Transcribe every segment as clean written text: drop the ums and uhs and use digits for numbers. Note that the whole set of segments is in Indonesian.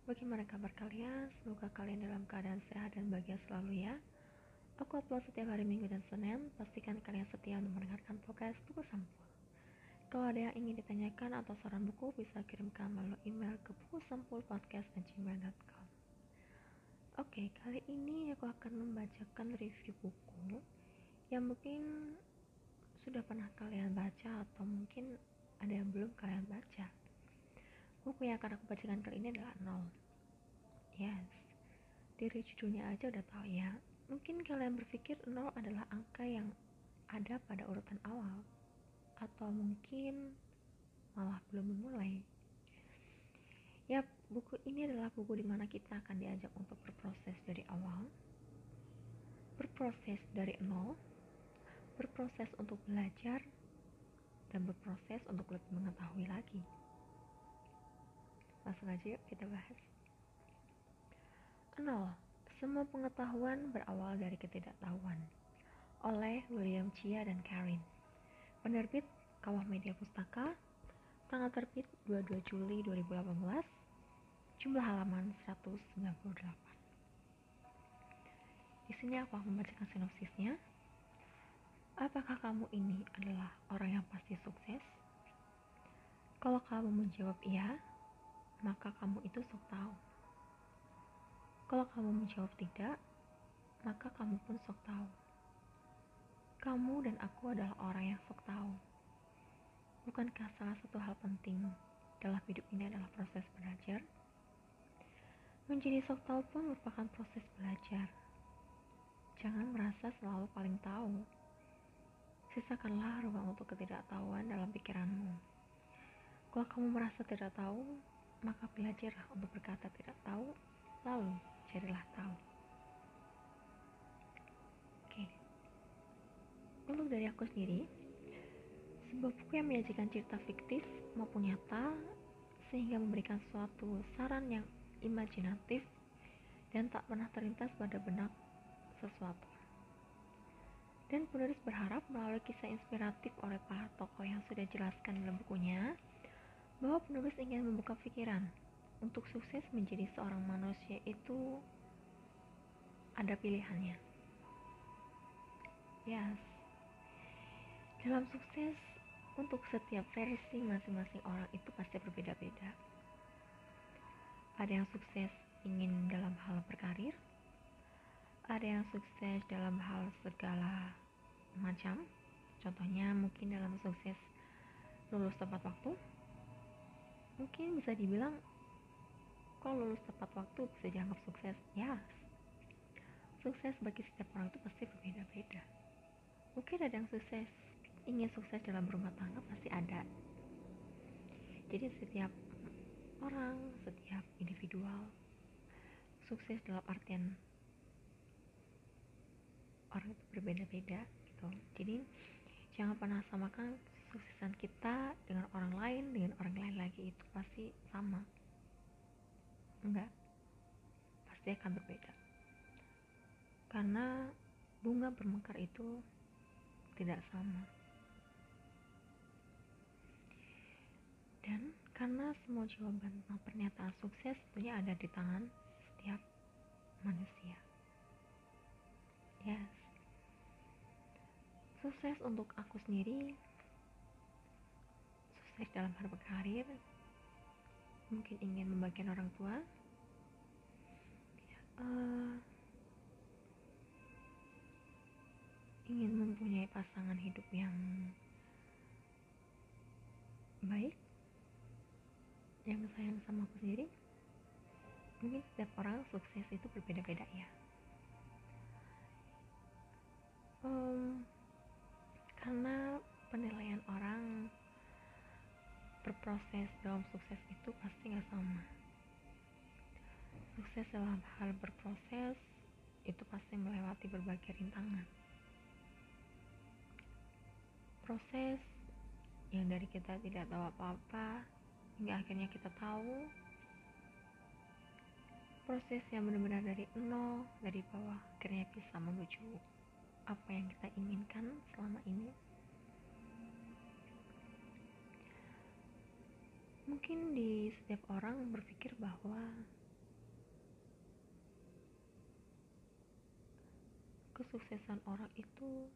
Bagaimana kabar kalian? Semoga kalian dalam keadaan sehat dan bahagia selalu ya. Aku upload setiap hari Minggu dan Senin. Pastikan kalian setia untuk mendengarkan podcast Buku Sampul. Kalau ada yang ingin ditanyakan atau saran buku, bisa kirimkan melalui email ke bukusampulpodcast@gmail.com. Oke, kali ini aku akan membacakan review buku yang mungkin sudah pernah kalian baca atau mungkin ada yang belum kalian baca. Buku yang akan aku bacakan kali ini adalah Nol. Yes, dari judulnya aja udah tahu ya. Mungkin kalian berpikir 0 adalah angka yang ada pada urutan awal, atau mungkin malah belum memulai. Yap, buku ini adalah buku dimana kita akan diajak untuk berproses dari awal, berproses dari 0, berproses untuk belajar, dan berproses untuk lebih mengetahui lagi. Langsung aja yuk kita bahas. 0. Semua pengetahuan berawal dari ketidaktahuan. Oleh William Chia dan Karin. Penerbit Kawah Media Pustaka. Tanggal terbit 22 Juli 2018. Jumlah halaman 198. Di sini aku akan membacakan sinopsisnya. Apakah kamu ini adalah orang yang pasti sukses? Kalau kamu menjawab iya, maka kamu itu sok tahu. Kalau kamu menjawab tidak, maka kamu pun sok tahu. Kamu dan aku adalah orang yang sok tahu. Bukankah salah satu hal penting dalam hidup ini adalah proses belajar? Menjadi sok tahu pun merupakan proses belajar. Jangan merasa selalu paling tahu. Sisakanlah ruang untuk ketidaktahuan dalam pikiranmu. Kalau kamu merasa tidak tahu, maka belajarlah untuk berkata tidak tahu, lalu jadilah tahu. Oke. Untuk dari aku sendiri, sebuah buku yang menyajikan cerita fiktif maupun nyata, sehingga memberikan suatu saran yang imajinatif dan tak pernah terlintas pada benak sesuatu. Dan penulis berharap melalui kisah inspiratif oleh para tokoh yang sudah jelaskan dalam bukunya, bahwa penulis ingin membuka pikiran untuk sukses menjadi seorang manusia itu ada pilihannya. Yes, dalam sukses untuk setiap versi masing-masing orang itu pasti berbeda-beda. Ada yang sukses ingin dalam hal berkarir, ada yang sukses dalam hal segala macam. Contohnya mungkin dalam sukses lulus tepat waktu. Mungkin bisa dibilang kalau lulus tepat waktu bisa dianggap sukses. Ya, sukses bagi setiap orang itu pasti berbeda-beda. Mungkin ada yang sukses, ingin sukses dalam rumah tangga pasti ada. Jadi setiap orang, setiap individual sukses dalam artian orang itu berbeda-beda gitu. Jadi jangan pernah samakan suksesan kita dengan orang lain, dengan orang lain lagi itu pasti sama. Enggak, pasti akan berbeda. Karena bunga bermekar itu tidak sama. Dan karena semua jawaban tentang pernyataan sukses tentunya ada di tangan setiap manusia. Yes. Sukses untuk aku sendiri, sukses dalam hal berkarir, mungkin ingin membagikan orang tua, ingin mempunyai pasangan hidup yang baik, yang sayang sama aku sendiri. Mungkin setiap orang sukses itu berbeda-beda ya. Karena penilaian orang berproses dalam sukses itu pasti gak sama. Sukses dalam hal berproses itu pasti melewati berbagai rintangan. Proses yang dari kita tidak tahu apa-apa hingga akhirnya kita tahu. Proses yang benar-benar dari nol, dari bawah, akhirnya bisa menuju apa yang kita inginkan selama ini. Mungkin di setiap orang berpikir bahwa kesuksesan orang itu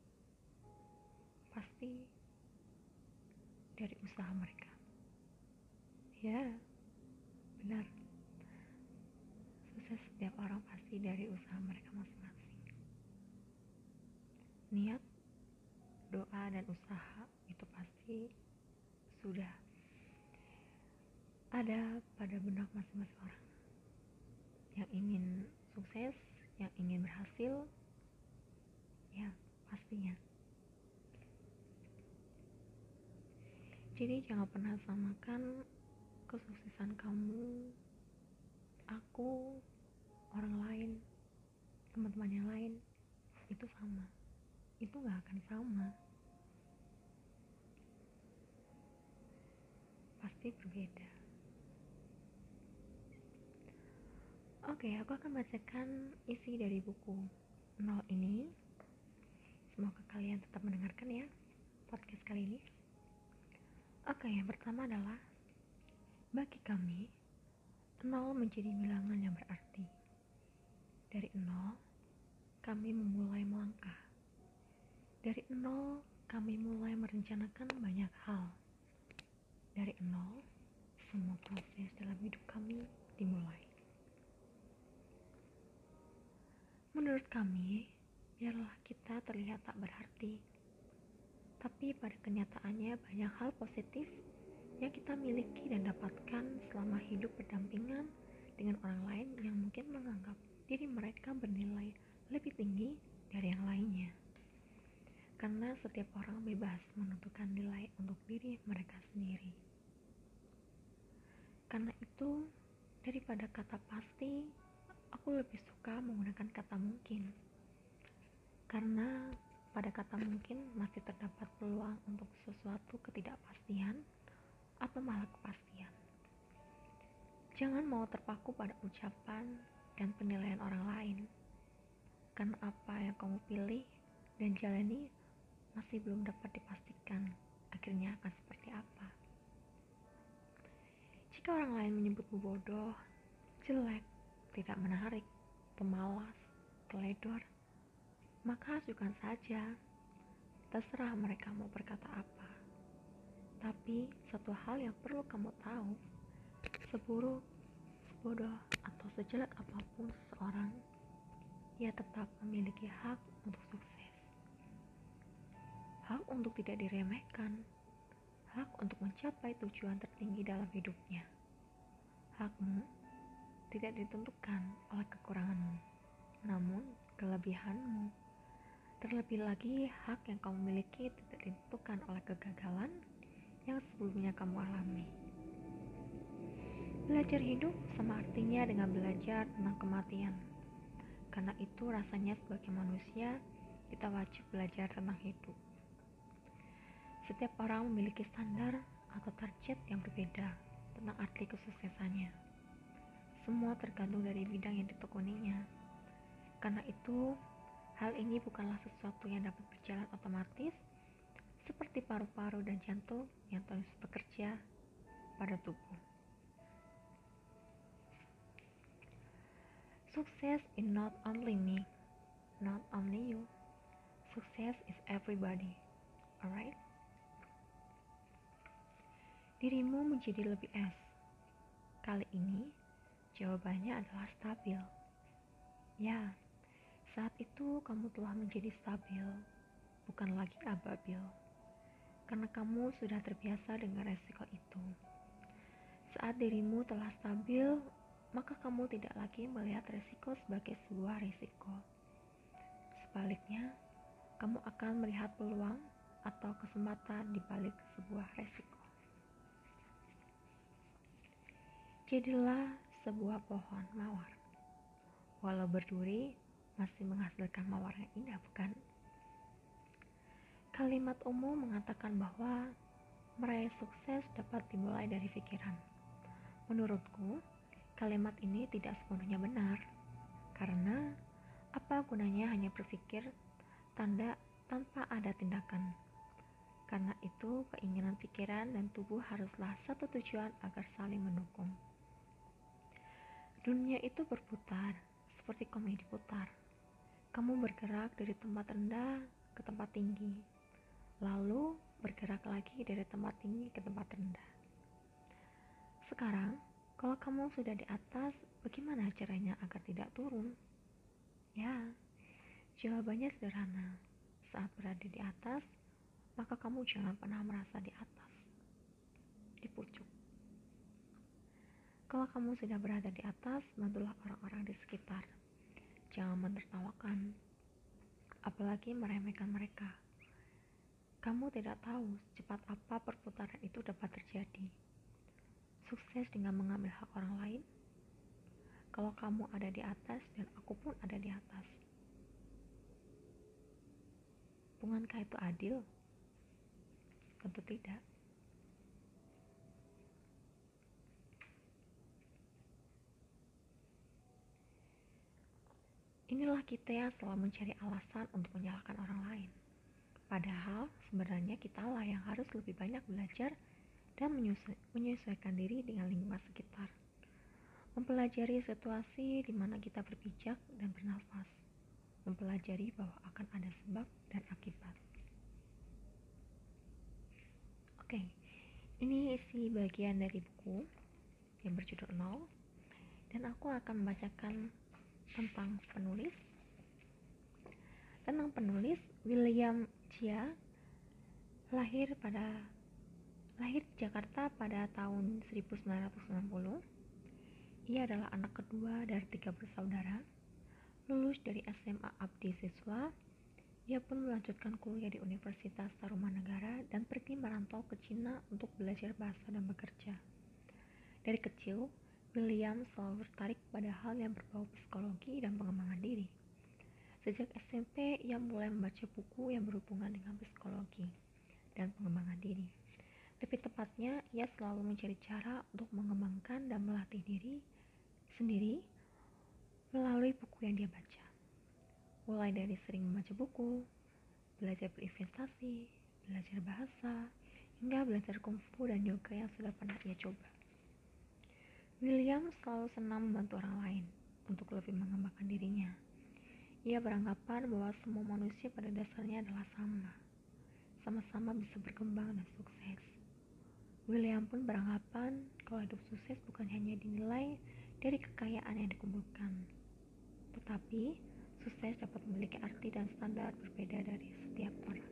pasti dari usaha mereka. Ya, benar. Sukses setiap orang pasti dari usaha mereka masing-masing. Niat, doa, dan usaha itu pasti sudah ada pada benak masing-masing orang yang ingin sukses, yang ingin berhasil, ya pastinya. Jadi jangan pernah samakan kesuksesan kamu, aku, orang lain, teman-teman yang lain itu sama. Itu gak akan sama, pasti berbeda. Oke, aku akan bacakan isi dari buku Nol ini. Semoga kalian tetap mendengarkan ya podcast kali ini. Oke, yang pertama adalah bagi kami, nol menjadi bilangan yang berarti. Dari nol, kami memulai melangkah. Dari nol, kami mulai merencanakan banyak hal. Dari nol, semua proses dalam hidup kami dimulai. Menurut kami, biarlah kita terlihat tak berarti, tapi pada kenyataannya banyak hal positif yang kita miliki dan dapatkan selama hidup berdampingan dengan orang lain yang mungkin menganggap diri mereka bernilai lebih tinggi dari yang lainnya. Karena setiap orang bebas menentukan nilai untuk diri mereka sendiri. Karena itu, daripada kata pasti, aku lebih suka menggunakan kata mungkin. Karena pada kata mungkin masih terdapat peluang untuk sesuatu ketidakpastian atau malah kepastian. Jangan mau terpaku pada ucapan dan penilaian orang lain. Karena apa yang kamu pilih dan jalani masih belum dapat dipastikan akhirnya akan seperti apa. Jika orang lain menyebutmu bodoh, jelek, tidak menarik, pemalas, teledor, maka ajukan saja. Terserah mereka mau berkata apa. Tapi satu hal yang perlu kamu tahu, seburuk, sebodoh, atau sejelek apapun seseorang, ia tetap memiliki hak untuk sukses. Hak untuk tidak diremehkan, hak untuk mencapai tujuan tertinggi dalam hidupnya. Hakmu tidak ditentukan oleh kekuranganmu, namun kelebihanmu. Terlebih lagi, hak yang kamu miliki tidak ditentukan oleh kegagalan yang sebelumnya kamu alami. Belajar hidup sama artinya dengan belajar tentang kematian. Karena itu rasanya sebagai manusia, kita wajib belajar tentang hidup. Setiap orang memiliki standar atau target yang berbeda tentang arti kesuksesannya. Semua tergantung dari bidang yang ditekuninya. Karena itu, hal ini bukanlah sesuatu yang dapat berjalan otomatis seperti paru-paru dan jantung yang terus bekerja pada tubuh. Success is not only me, not only you. Success is everybody, alright? Dirimu menjadi lebih es. Kali ini, jawabannya adalah stabil. Ya, saat itu kamu telah menjadi stabil, bukan lagi ababil. Karena kamu sudah terbiasa dengan resiko itu. Saat dirimu telah stabil, maka kamu tidak lagi melihat resiko sebagai sebuah risiko. Sebaliknya, kamu akan melihat peluang atau kesempatan di balik sebuah resiko. Jadilah sebuah pohon mawar. Walau berduri, masih menghasilkan mawar yang indah, bukan? Kalimat umum mengatakan bahwa meraih sukses dapat dimulai dari pikiran. Menurutku, kalimat ini tidak sepenuhnya benar. Karena apa gunanya hanya berpikir tanpa ada tindakan. Karena itu, keinginan pikiran dan tubuh haruslah satu tujuan agar saling mendukung. Dunia itu berputar, seperti komedi putar. Kamu bergerak dari tempat rendah ke tempat tinggi, lalu bergerak lagi dari tempat tinggi ke tempat rendah. Sekarang, kalau kamu sudah di atas, bagaimana caranya agar tidak turun? Ya, jawabannya sederhana. Saat berada di atas, maka kamu jangan pernah merasa di atas, di pucuk. Kalau kamu sudah berada di atas, bantulah orang-orang di sekitar. Jangan menertawakan, apalagi meremehkan mereka. Kamu tidak tahu secepat apa perputaran itu dapat terjadi. Sukses dengan mengambil hak orang lain. Kalau kamu ada di atas dan aku pun ada di atas, bukankah itu adil? Tentu tidak. Inilah kita yang selalu mencari alasan untuk menyalahkan orang lain. Padahal sebenarnya kitalah yang harus lebih banyak belajar dan menyesuaikan diri dengan lingkungan sekitar. Mempelajari situasi di mana kita berpijak dan bernafas. Mempelajari bahwa akan ada sebab dan akibat. Oke, ini isi bagian dari buku yang berjudul Nol. Dan aku akan membacakan tentang penulis. William Chia lahir di Jakarta pada tahun 1990. Ia adalah anak kedua dari 3 bersaudara. Lulus dari SMA Abdi Siswa, ia pun melanjutkan kuliah di Universitas Tarumanagara dan pergi merantau ke Cina untuk belajar bahasa dan bekerja. Dari kecil, William selalu tertarik pada hal yang berbau psikologi dan pengembangan diri. Sejak SMP, ia mulai membaca buku yang berhubungan dengan psikologi dan pengembangan diri. Lebih tepatnya, ia selalu mencari cara untuk mengembangkan dan melatih diri sendiri melalui buku yang dia baca. Mulai dari sering membaca buku, belajar berinvestasi, belajar bahasa, hingga belajar kungfu dan yoga yang sudah pernah ia coba. William selalu senang membantu orang lain untuk lebih mengembangkan dirinya. Ia beranggapan bahwa semua manusia pada dasarnya adalah sama-sama bisa berkembang dan sukses. William pun beranggapan kalau hidup sukses bukan hanya dinilai dari kekayaan yang dikumpulkan, tetapi sukses dapat memiliki arti dan standar berbeda dari setiap orang.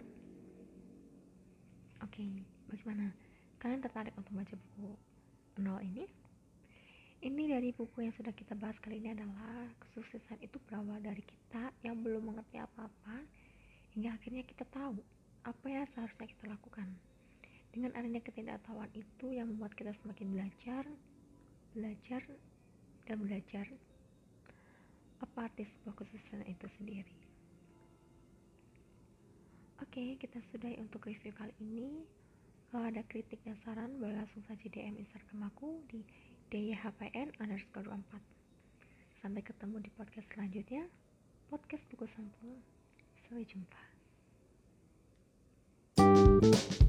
Oke, bagaimana? Kalian tertarik untuk baca buku Nol ini? Ini dari buku yang sudah kita bahas kali ini adalah kesuksesan itu berawal dari kita yang belum mengerti apa-apa hingga akhirnya kita tahu apa yang seharusnya kita lakukan. Dengan adanya ketidaktahuan itu yang membuat kita semakin belajar dan belajar apa arti sebuah kesuksesan itu sendiri. Oke, kita sudahi untuk review kali ini. Kalau ada kritik dan saran, boleh langsung saja DM Instagram aku di dyhpn_24. Sampai ketemu di podcast selanjutnya, podcast buku sampul. Sampai jumpa.